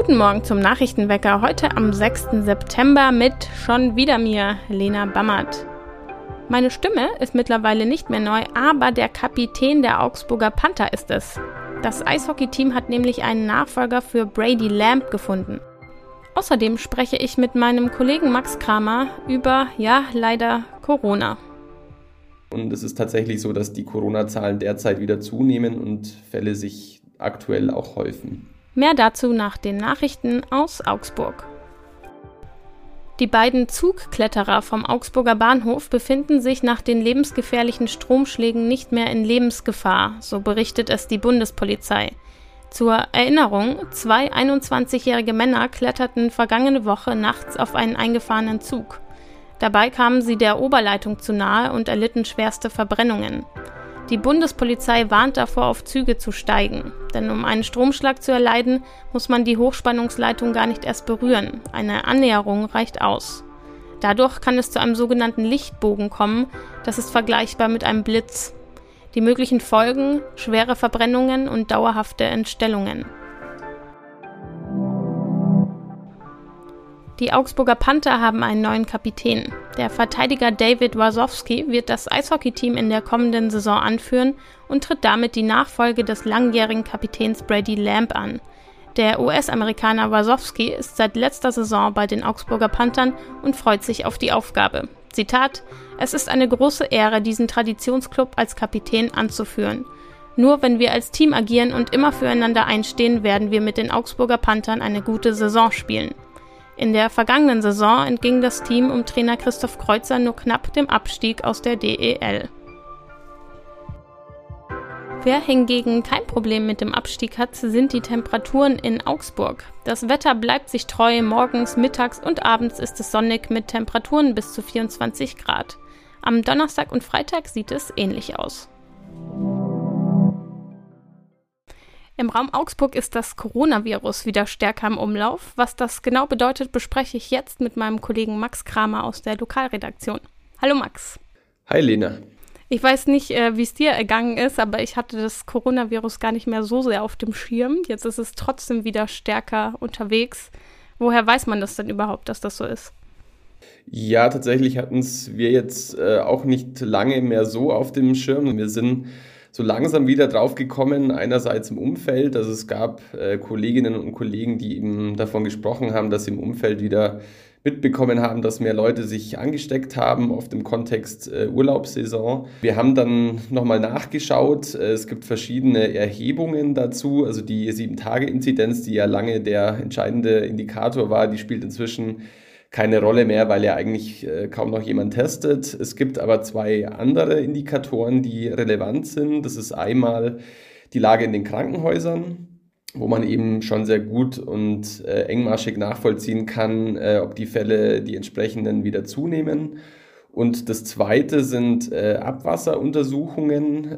Guten Morgen zum Nachrichtenwecker, heute am 6. September mit schon wieder mir, Lena Bammert. Meine Stimme ist mittlerweile nicht mehr neu, aber der Kapitän der Augsburger Panther ist es. Das Eishockeyteam hat nämlich einen Nachfolger für Brady Lamb gefunden. Außerdem spreche ich mit meinem Kollegen Max Kramer über, leider Corona. Und es ist tatsächlich so, dass die Corona-Zahlen derzeit wieder zunehmen und Fälle sich aktuell auch häufen. Mehr dazu nach den Nachrichten aus Augsburg. Die beiden Zugkletterer vom Augsburger Bahnhof befinden sich nach den lebensgefährlichen Stromschlägen nicht mehr in Lebensgefahr, so berichtet es die Bundespolizei. Zur Erinnerung, 2 21-jährige Männer kletterten vergangene Woche nachts auf einen eingefahrenen Zug. Dabei kamen sie der Oberleitung zu nahe und erlitten schwerste Verbrennungen. Die Bundespolizei warnt davor, auf Züge zu steigen, denn um einen Stromschlag zu erleiden, muss man die Hochspannungsleitung gar nicht erst berühren. Eine Annäherung reicht aus. Dadurch kann es zu einem sogenannten Lichtbogen kommen, das ist vergleichbar mit einem Blitz. Die möglichen Folgen: schwere Verbrennungen und dauerhafte Entstellungen. Die Augsburger Panther haben einen neuen Kapitän. Der Verteidiger David Wasowski wird das Eishockeyteam in der kommenden Saison anführen und tritt damit die Nachfolge des langjährigen Kapitäns Brady Lamb an. Der US-Amerikaner Wasowski ist seit letzter Saison bei den Augsburger Panthern und freut sich auf die Aufgabe. Zitat: „Es ist eine große Ehre, diesen Traditionsclub als Kapitän anzuführen. Nur wenn wir als Team agieren und immer füreinander einstehen, werden wir mit den Augsburger Panthern eine gute Saison spielen." In der vergangenen Saison entging das Team um Trainer Christoph Kreuzer nur knapp dem Abstieg aus der DEL. Wer hingegen kein Problem mit dem Abstieg hat, sind die Temperaturen in Augsburg. Das Wetter bleibt sich treu, morgens, mittags und abends ist es sonnig mit Temperaturen bis zu 24 Grad. Am Donnerstag und Freitag sieht es ähnlich aus. Im Raum Augsburg ist das Coronavirus wieder stärker im Umlauf. Was das genau bedeutet, bespreche ich jetzt mit meinem Kollegen Max Kramer aus der Lokalredaktion. Hallo Max. Hi Lena. Ich weiß nicht, wie es dir ergangen ist, aber ich hatte das Coronavirus gar nicht mehr so sehr auf dem Schirm. Jetzt ist es trotzdem wieder stärker unterwegs. Woher weiß man das denn überhaupt, dass das so ist? Ja, tatsächlich hatten es wir jetzt auch nicht lange mehr so auf dem Schirm. Wir sind so langsam wieder drauf gekommen, einerseits im Umfeld. Also es gab Kolleginnen und Kollegen, die eben davon gesprochen haben, dass sie im Umfeld wieder mitbekommen haben, dass mehr Leute sich angesteckt haben, oft im Kontext Urlaubssaison. Wir haben dann nochmal nachgeschaut. Es gibt verschiedene Erhebungen dazu. Also die 7-Tage-Inzidenz, die ja lange der entscheidende Indikator war, die spielt inzwischen keine Rolle mehr, weil ja eigentlich kaum noch jemand testet. Es gibt aber 2 andere Indikatoren, die relevant sind. Das ist einmal die Lage in den Krankenhäusern, wo man eben schon sehr gut und engmaschig nachvollziehen kann, ob die Fälle, die entsprechenden, wieder zunehmen. Und das zweite sind Abwasseruntersuchungen.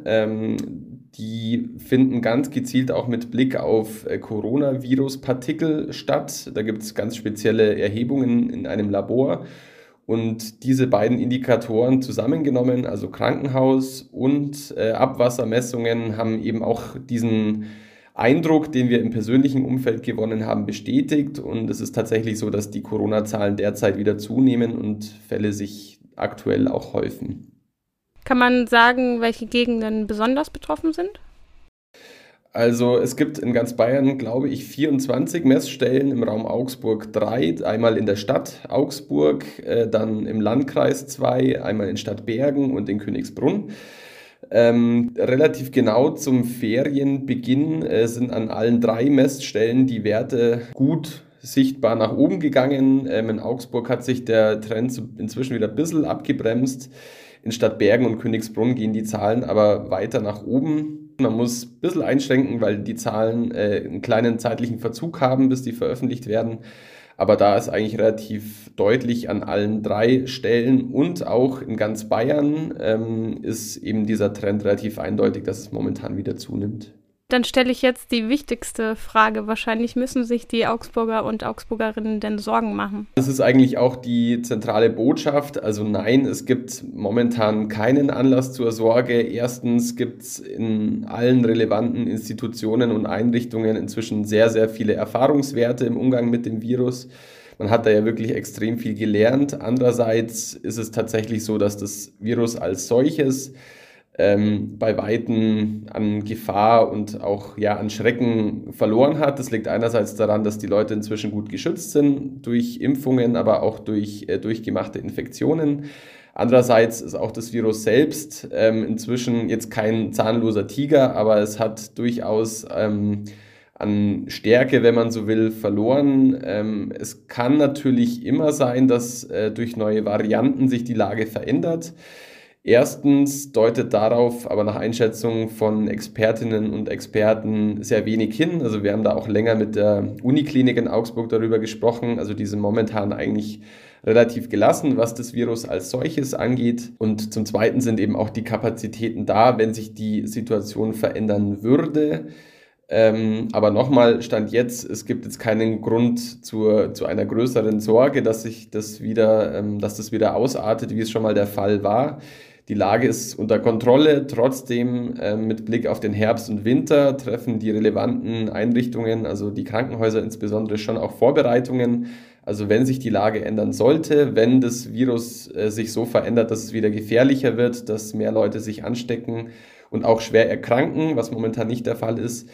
Die finden ganz gezielt auch mit Blick auf Coronavirus-Partikel statt. Da gibt es ganz spezielle Erhebungen in einem Labor. Und diese beiden Indikatoren zusammengenommen, also Krankenhaus und Abwassermessungen, haben eben auch diesen Eindruck, den wir im persönlichen Umfeld gewonnen haben, bestätigt. Und es ist tatsächlich so, dass die Corona-Zahlen derzeit wieder zunehmen und Fälle sich aktuell auch häufen. Kann man sagen, welche Gegenden besonders betroffen sind? Also es gibt in ganz Bayern, glaube ich, 24 Messstellen, im Raum Augsburg 3, einmal in der Stadt Augsburg, dann im Landkreis 2, einmal in Stadt Bergen und in Königsbrunn. Relativ genau zum Ferienbeginn sind an allen 3 Messstellen die Werte gut sichtbar nach oben gegangen. In Augsburg hat sich der Trend inzwischen wieder ein bisschen abgebremst. In Stadt Bergen und Königsbrunn gehen die Zahlen aber weiter nach oben. Man muss ein bisschen einschränken, weil die Zahlen einen kleinen zeitlichen Verzug haben, bis die veröffentlicht werden. Aber da ist eigentlich relativ deutlich an allen 3 Stellen und auch in ganz Bayern ist eben dieser Trend relativ eindeutig, dass es momentan wieder zunimmt. Dann stelle ich jetzt die wichtigste Frage. Wahrscheinlich müssen sich die Augsburger und Augsburgerinnen denn Sorgen machen. Das ist eigentlich auch die zentrale Botschaft. Also nein, es gibt momentan keinen Anlass zur Sorge. Erstens gibt es in allen relevanten Institutionen und Einrichtungen inzwischen sehr, sehr viele Erfahrungswerte im Umgang mit dem Virus. Man hat da ja wirklich extrem viel gelernt. Andererseits ist es tatsächlich so, dass das Virus als solches bei Weitem an Gefahr und auch an Schrecken verloren hat. Das liegt einerseits daran, dass die Leute inzwischen gut geschützt sind durch Impfungen, aber auch durch durchgemachte Infektionen. Andererseits ist auch das Virus selbst inzwischen jetzt kein zahnloser Tiger, aber es hat durchaus an Stärke, wenn man so will, verloren. Es kann natürlich immer sein, dass durch neue Varianten sich die Lage verändert. Erstens deutet darauf aber nach Einschätzung von Expertinnen und Experten sehr wenig hin. Also wir haben da auch länger mit der Uniklinik in Augsburg darüber gesprochen. Also die sind momentan eigentlich relativ gelassen, was das Virus als solches angeht. Und zum Zweiten sind eben auch die Kapazitäten da, wenn sich die Situation verändern würde. Aber nochmal, Stand jetzt, es gibt jetzt keinen Grund zu einer größeren Sorge, dass das wieder ausartet, wie es schon mal der Fall war. Die Lage ist unter Kontrolle. Trotzdem, mit Blick auf den Herbst und Winter, treffen die relevanten Einrichtungen, also die Krankenhäuser insbesondere, schon auch Vorbereitungen. Also wenn sich die Lage ändern sollte, wenn das Virus sich so verändert, dass es wieder gefährlicher wird, dass mehr Leute sich anstecken und auch schwer erkranken, was momentan nicht der Fall ist,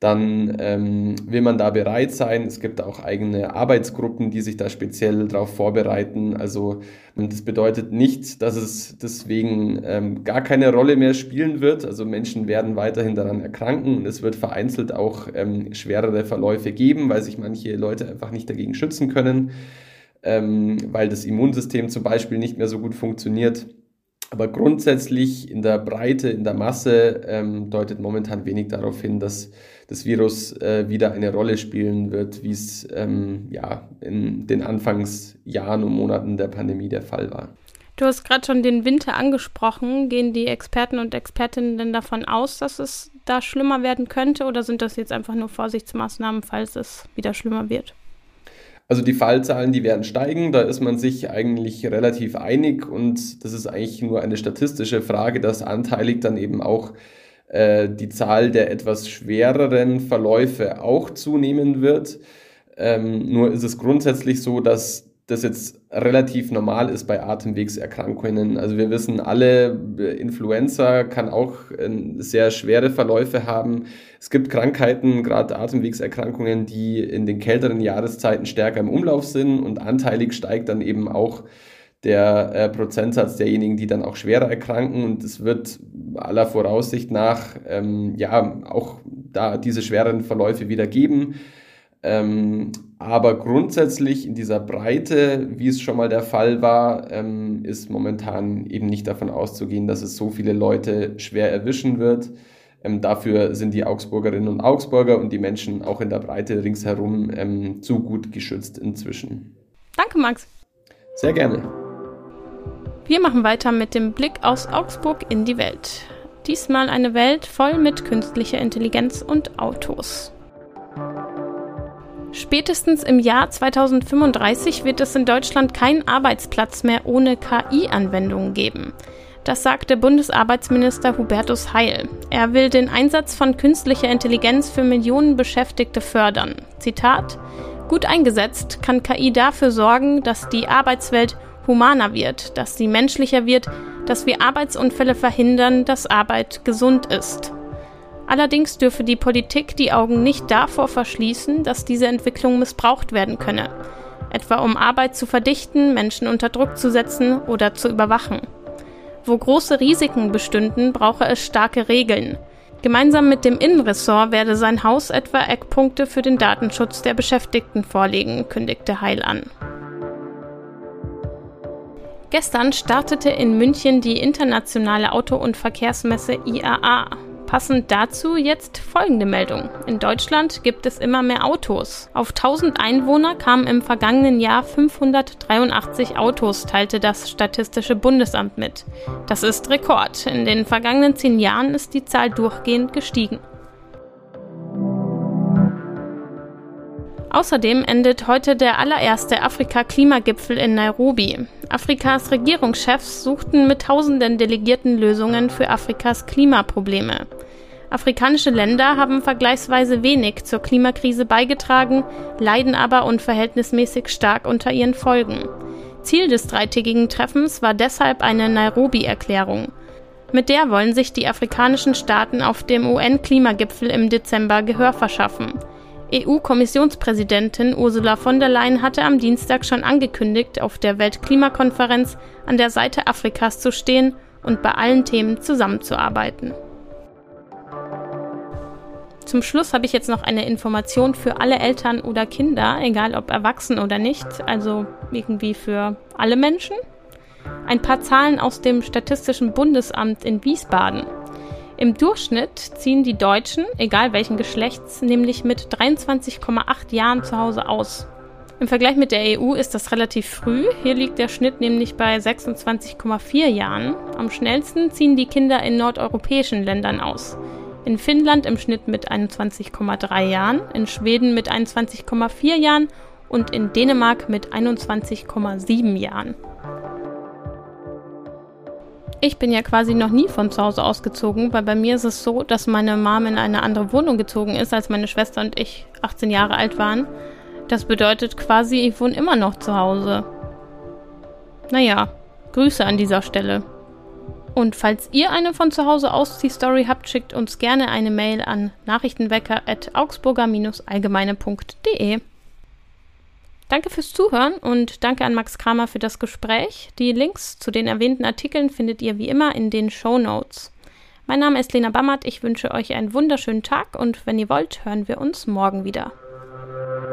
dann will man da bereit sein. Es gibt auch eigene Arbeitsgruppen, die sich da speziell darauf vorbereiten. Also das bedeutet nicht, dass es deswegen gar keine Rolle mehr spielen wird. Also Menschen werden weiterhin daran erkranken und es wird vereinzelt auch schwerere Verläufe geben, weil sich manche Leute einfach nicht dagegen schützen können, weil das Immunsystem zum Beispiel nicht mehr so gut funktioniert. Aber grundsätzlich in der Breite, in der Masse deutet momentan wenig darauf hin, dass das Virus wieder eine Rolle spielen wird, wie es in den Anfangsjahren und Monaten der Pandemie der Fall war. Du hast gerade schon den Winter angesprochen. Gehen die Experten und Expertinnen denn davon aus, dass es da schlimmer werden könnte? Oder sind das jetzt einfach nur Vorsichtsmaßnahmen, falls es wieder schlimmer wird? Also die Fallzahlen, die werden steigen, da ist man sich eigentlich relativ einig und das ist eigentlich nur eine statistische Frage, dass anteilig dann eben auch die Zahl der etwas schwereren Verläufe auch zunehmen wird. Nur ist es grundsätzlich so, dass das jetzt relativ normal ist bei Atemwegserkrankungen. Also wir wissen alle, Influenza kann auch sehr schwere Verläufe haben. Es gibt Krankheiten, gerade Atemwegserkrankungen, die in den kälteren Jahreszeiten stärker im Umlauf sind und anteilig steigt dann eben auch der Prozentsatz derjenigen, die dann auch schwerer erkranken und es wird aller Voraussicht nach auch da diese schweren Verläufe wieder geben. Aber grundsätzlich in dieser Breite, wie es schon mal der Fall war, ist momentan eben nicht davon auszugehen, dass es so viele Leute schwer erwischen wird. Dafür sind die Augsburgerinnen und Augsburger und die Menschen auch in der Breite ringsherum zu gut geschützt inzwischen. Danke, Max. Sehr gerne. Wir machen weiter mit dem Blick aus Augsburg in die Welt. Diesmal eine Welt voll mit künstlicher Intelligenz und Autos. Spätestens im Jahr 2035 wird es in Deutschland keinen Arbeitsplatz mehr ohne KI-Anwendungen geben. Das sagte Bundesarbeitsminister Hubertus Heil. Er will den Einsatz von künstlicher Intelligenz für Millionen Beschäftigte fördern. Zitat: Gut eingesetzt kann KI dafür sorgen, dass die Arbeitswelt humaner wird, dass sie menschlicher wird, dass wir Arbeitsunfälle verhindern, dass Arbeit gesund ist. Allerdings dürfe die Politik die Augen nicht davor verschließen, dass diese Entwicklung missbraucht werden könne, etwa um Arbeit zu verdichten, Menschen unter Druck zu setzen oder zu überwachen. Wo große Risiken bestünden, brauche es starke Regeln. Gemeinsam mit dem Innenressort werde sein Haus etwa Eckpunkte für den Datenschutz der Beschäftigten vorlegen, kündigte Heil an. Gestern startete in München die internationale Auto- und Verkehrsmesse IAA. Passend dazu jetzt folgende Meldung. In Deutschland gibt es immer mehr Autos. Auf 1000 Einwohner kamen im vergangenen Jahr 583 Autos, teilte das Statistische Bundesamt mit. Das ist Rekord. In den vergangenen 10 Jahren ist die Zahl durchgehend gestiegen. Außerdem endet heute der allererste Afrika-Klimagipfel in Nairobi. Afrikas Regierungschefs suchten mit tausenden Delegierten Lösungen für Afrikas Klimaprobleme. Afrikanische Länder haben vergleichsweise wenig zur Klimakrise beigetragen, leiden aber unverhältnismäßig stark unter ihren Folgen. Ziel des dreitägigen Treffens war deshalb eine Nairobi-Erklärung. Mit der wollen sich die afrikanischen Staaten auf dem UN-Klimagipfel im Dezember Gehör verschaffen. EU-Kommissionspräsidentin Ursula von der Leyen hatte am Dienstag schon angekündigt, auf der Weltklimakonferenz an der Seite Afrikas zu stehen und bei allen Themen zusammenzuarbeiten. Zum Schluss habe ich jetzt noch eine Information für alle Eltern oder Kinder, egal ob erwachsen oder nicht, also irgendwie für alle Menschen. Ein paar Zahlen aus dem Statistischen Bundesamt in Wiesbaden. Im Durchschnitt ziehen die Deutschen, egal welchen Geschlechts, nämlich mit 23,8 Jahren zu Hause aus. Im Vergleich mit der EU ist das relativ früh. Hier liegt der Schnitt nämlich bei 26,4 Jahren. Am schnellsten ziehen die Kinder in nordeuropäischen Ländern aus. In Finnland im Schnitt mit 21,3 Jahren, in Schweden mit 21,4 Jahren und in Dänemark mit 21,7 Jahren. Ich bin ja quasi noch nie von zu Hause ausgezogen, weil bei mir ist es so, dass meine Mom in eine andere Wohnung gezogen ist, als meine Schwester und ich 18 Jahre alt waren. Das bedeutet quasi, ich wohne immer noch zu Hause. Naja, Grüße an dieser Stelle. Und falls ihr eine von zu Hause Auszieh-Story habt, schickt uns gerne eine Mail an nachrichtenwecker@augsburger-allgemeine.de. Danke fürs Zuhören und danke an Max Kramer für das Gespräch. Die Links zu den erwähnten Artikeln findet ihr wie immer in den Shownotes. Mein Name ist Lena Bammert, ich wünsche euch einen wunderschönen Tag und wenn ihr wollt, hören wir uns morgen wieder.